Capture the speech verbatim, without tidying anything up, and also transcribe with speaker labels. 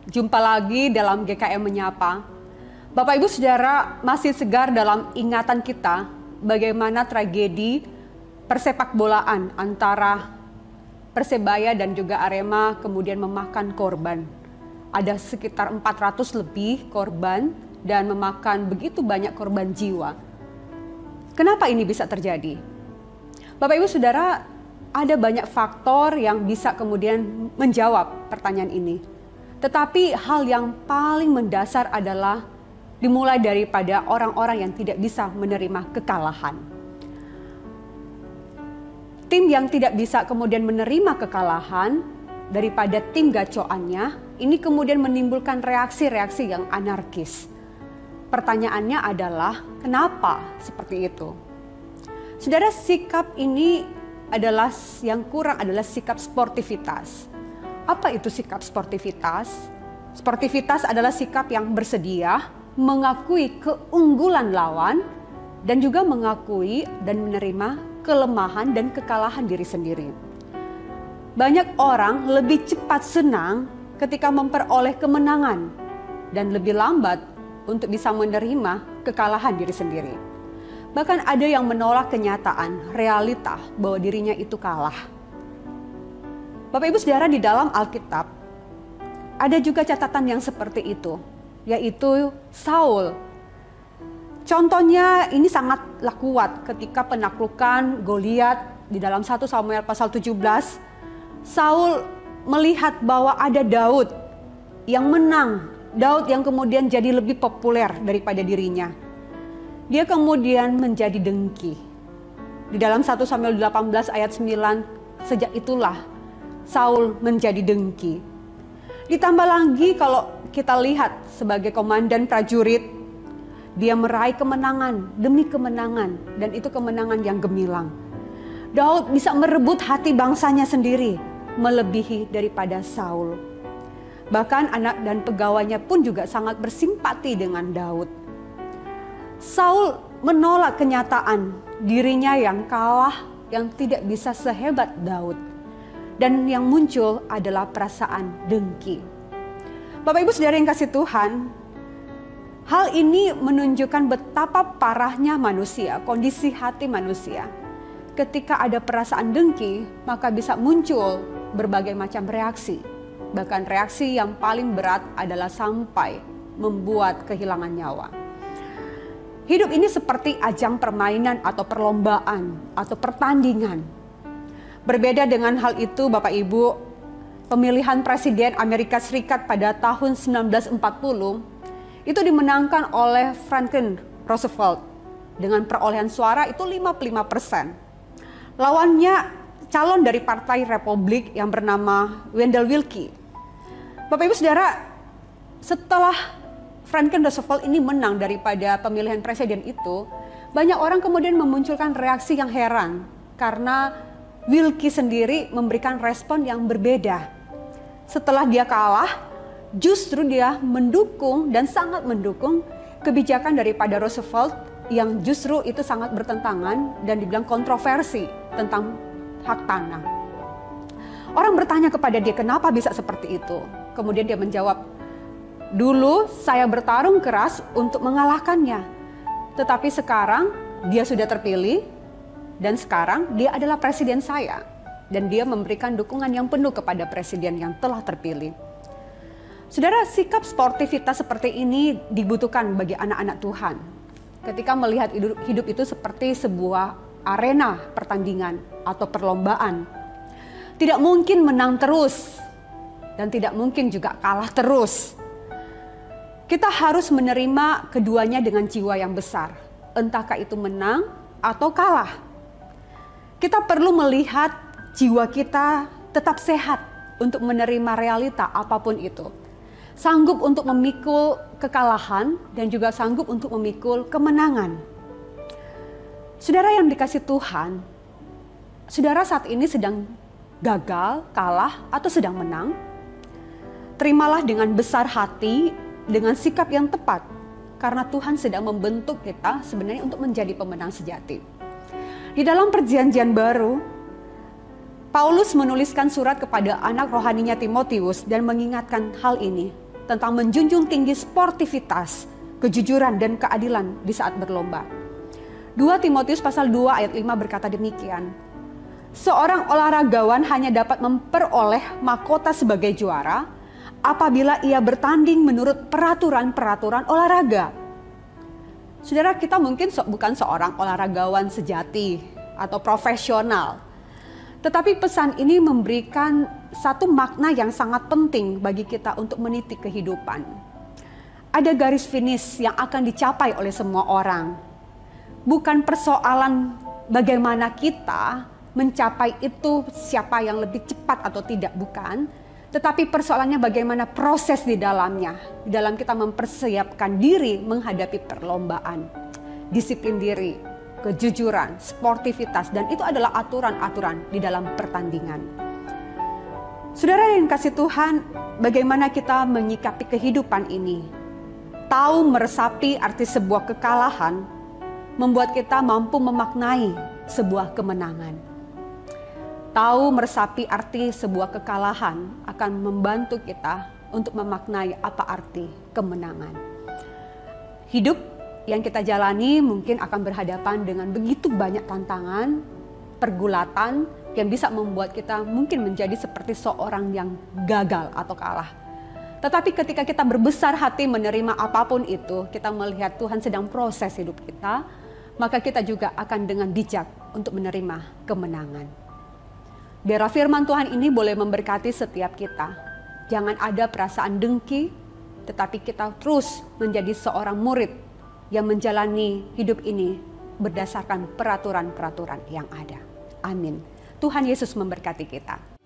Speaker 1: Jumpa lagi dalam G K M Menyapa. Bapak Ibu Saudara, masih segar dalam ingatan kita bagaimana tragedi persepak bolaan antara Persebaya dan juga Arema kemudian memakan korban. Ada sekitar empat ratus lebih korban dan memakan begitu banyak korban jiwa. Kenapa ini bisa terjadi? Bapak Ibu Saudara, ada banyak faktor yang bisa kemudian menjawab pertanyaan ini. Tetapi hal yang paling mendasar adalah dimulai daripada orang-orang yang tidak bisa menerima kekalahan. Tim yang tidak bisa kemudian menerima kekalahan daripada tim gacoannya, ini kemudian menimbulkan reaksi-reaksi yang anarkis. Pertanyaannya adalah kenapa seperti itu? Saudara, sikap ini adalah yang kurang adalah sikap sportivitas. Apa itu sikap sportivitas? Sportivitas adalah sikap yang bersedia mengakui keunggulan lawan dan juga mengakui dan menerima kelemahan dan kekalahan diri sendiri. Banyak orang lebih cepat senang ketika memperoleh kemenangan dan lebih lambat untuk bisa menerima kekalahan diri sendiri. Bahkan ada yang menolak kenyataan, realita bahwa dirinya itu kalah. Bapak Ibu Saudara, di dalam Alkitab ada juga catatan yang seperti itu, yaitu Saul. Contohnya ini sangatlah kuat ketika penaklukan Goliat di dalam satu Samuel pasal tujuh belas. Saul melihat bahwa ada Daud yang menang, Daud yang kemudian jadi lebih populer daripada dirinya. Dia kemudian menjadi dengki. Di dalam satu Samuel delapan belas ayat sembilan, sejak itulah Saul menjadi dengki. Ditambah lagi kalau kita lihat sebagai komandan prajurit, dia meraih kemenangan demi kemenangan, dan itu kemenangan yang gemilang. Daud bisa merebut hati bangsanya sendiri, melebihi daripada Saul. Bahkan anak dan pegawainya pun juga sangat bersimpati dengan Daud. Saul menolak kenyataan dirinya yang kalah, yang tidak bisa sehebat Daud. Dan yang muncul adalah perasaan dengki. Bapak Ibu Saudara yang kasih Tuhan, hal ini menunjukkan betapa parahnya manusia, kondisi hati manusia. Ketika ada perasaan dengki, maka bisa muncul berbagai macam reaksi. Bahkan reaksi yang paling berat adalah sampai membuat kehilangan nyawa. Hidup ini seperti ajang permainan atau perlombaan atau pertandingan. Berbeda dengan hal itu Bapak Ibu, pemilihan Presiden Amerika Serikat pada tahun seribu sembilan ratus empat puluh itu dimenangkan oleh Franklin Roosevelt dengan perolehan suara itu lima puluh lima persen. Lawannya calon dari Partai Republik yang bernama Wendell Willkie. Bapak Ibu Saudara, setelah Franklin Roosevelt ini menang daripada pemilihan presiden itu, banyak orang kemudian memunculkan reaksi yang heran karena Willkie sendiri memberikan respon yang berbeda. Setelah dia kalah, justru dia mendukung dan sangat mendukung kebijakan daripada Roosevelt yang justru itu sangat bertentangan dan dibilang kontroversi tentang hak tanah. Orang bertanya kepada dia, kenapa bisa seperti itu? Kemudian dia menjawab, dulu saya bertarung keras untuk mengalahkannya, tetapi sekarang dia sudah terpilih dan sekarang dia adalah presiden saya, dan dia memberikan dukungan yang penuh kepada presiden yang telah terpilih. Saudara, sikap sportivitas seperti ini dibutuhkan bagi anak-anak Tuhan ketika melihat hidup itu seperti sebuah arena pertandingan atau perlombaan. Tidak mungkin menang terus dan tidak mungkin juga kalah terus. Kita harus menerima keduanya dengan jiwa yang besar, entahkah itu menang atau kalah. Kita perlu melihat jiwa kita tetap sehat untuk menerima realita apapun itu. Sanggup untuk memikul kekalahan dan juga sanggup untuk memikul kemenangan. Saudara yang dikasih Tuhan, saudara saat ini sedang gagal, kalah, atau sedang menang? Terimalah dengan besar hati, dengan sikap yang tepat, karena Tuhan sedang membentuk kita sebenarnya untuk menjadi pemenang sejati. Di dalam perjanjian baru, Paulus menuliskan surat kepada anak rohaninya Timotius dan mengingatkan hal ini. tentang menjunjung tinggi sportivitas, kejujuran dan keadilan di saat berlomba. dua Timotius pasal dua ayat lima berkata demikian. Seorang olahragawan hanya dapat memperoleh mahkota sebagai juara apabila ia bertanding menurut peraturan-peraturan olahraga. Saudara, kita mungkin bukan seorang olahragawan sejati atau profesional. Tetapi pesan ini memberikan satu makna yang sangat penting bagi kita untuk meniti kehidupan. Ada garis finish yang akan dicapai oleh semua orang. Bukan persoalan bagaimana kita mencapai itu, siapa yang lebih cepat atau tidak, bukan. Tetapi persoalannya bagaimana proses di dalamnya. Di dalam kita mempersiapkan diri menghadapi perlombaan. Disiplin diri, kejujuran, sportivitas, dan itu adalah aturan-aturan di dalam pertandingan. Saudara yang kasih Tuhan, bagaimana kita menyikapi kehidupan ini? Tahu meresapi arti sebuah kekalahan, membuat kita mampu memaknai sebuah kemenangan. Tahu meresapi arti sebuah kekalahan akan membantu kita untuk memaknai apa arti kemenangan. Hidup yang kita jalani mungkin akan berhadapan dengan begitu banyak tantangan, pergulatan yang bisa membuat kita mungkin menjadi seperti seorang yang gagal atau kalah. Tetapi ketika kita berbesar hati menerima apapun itu, kita melihat Tuhan sedang proses hidup kita, maka kita juga akan dengan bijak untuk menerima kemenangan. Biarlah firman Tuhan ini boleh memberkati setiap kita. Jangan ada perasaan dengki, tetapi kita terus menjadi seorang murid yang menjalani hidup ini berdasarkan peraturan-peraturan yang ada. Amin. Tuhan Yesus memberkati kita.